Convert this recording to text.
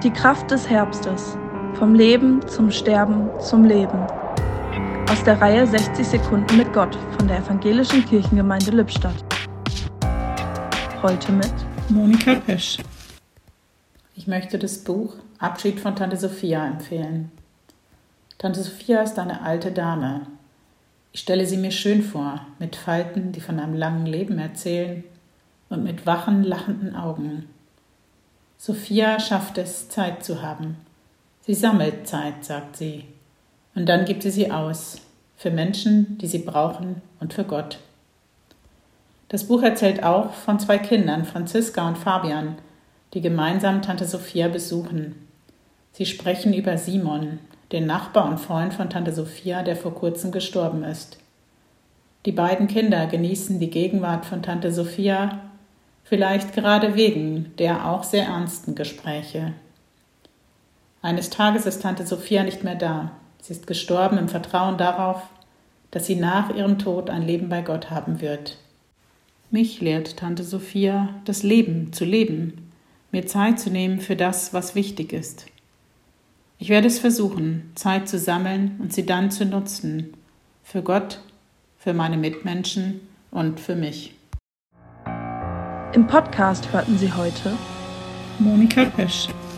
Die Kraft des Herbstes. Vom Leben zum Sterben zum Leben. Aus der Reihe 60 Sekunden mit Gott von der Evangelischen Kirchengemeinde Lippstadt. Heute mit Monika Pesch. Ich möchte das Buch Abschied von Tante Sophia empfehlen. Tante Sophia ist eine alte Dame. Ich stelle sie mir schön vor, mit Falten, die von einem langen Leben erzählen und mit wachen, lachenden Augen. Sophia schafft es, Zeit zu haben. Sie sammelt Zeit, sagt sie. Und dann gibt sie aus, für Menschen, die sie brauchen und für Gott. Das Buch erzählt auch von 2 Kindern, Franziska und Fabian, die gemeinsam Tante Sophia besuchen. Sie sprechen über Simon, den Nachbar und Freund von Tante Sophia, der vor kurzem gestorben ist. Die beiden Kinder genießen die Gegenwart von Tante Sophia, vielleicht gerade wegen der auch sehr ernsten Gespräche. Eines Tages ist Tante Sophia nicht mehr da. Sie ist gestorben im Vertrauen darauf, dass sie nach ihrem Tod ein Leben bei Gott haben wird. Mich lehrt Tante Sophia, das Leben zu leben, mir Zeit zu nehmen für das, was wichtig ist. Ich werde es versuchen, Zeit zu sammeln und sie dann zu nutzen. Für Gott, für meine Mitmenschen und für mich. Im Podcast hörten Sie heute Monika Pesch.